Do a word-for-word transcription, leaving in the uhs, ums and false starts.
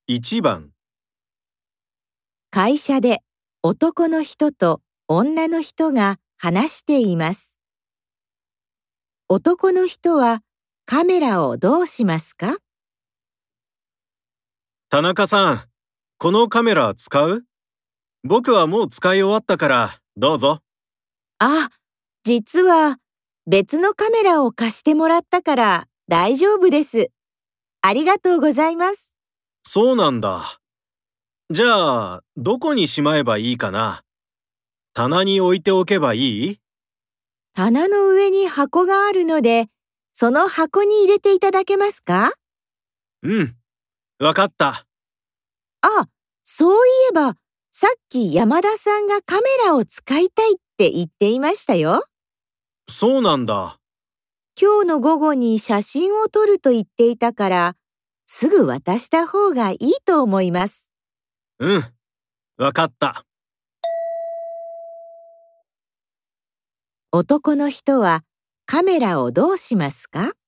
いちばん、 会社で男の人と女の人が話しています。男の人はカメラをどうしますか？ 田中さん、このカメラ使う？僕はもう使い終わったからどうぞ。 あ、実は別のカメラを貸してもらったから大丈夫です。ありがとうございます。 そうなんだ。じゃあ、どこにしまえばいいかな？棚に置いておけばいい？ 棚の上に箱があるので、その箱に入れていただけますか？ うん、わかった。 あ、そういえば、さっき山田さんがカメラを使いたいって言っていましたよ。 そうなんだ。 今日の午後に写真を撮ると言っていたから、すぐ渡した方がいいと思います。 うん、わかった。 男の人はカメラをどうしますか？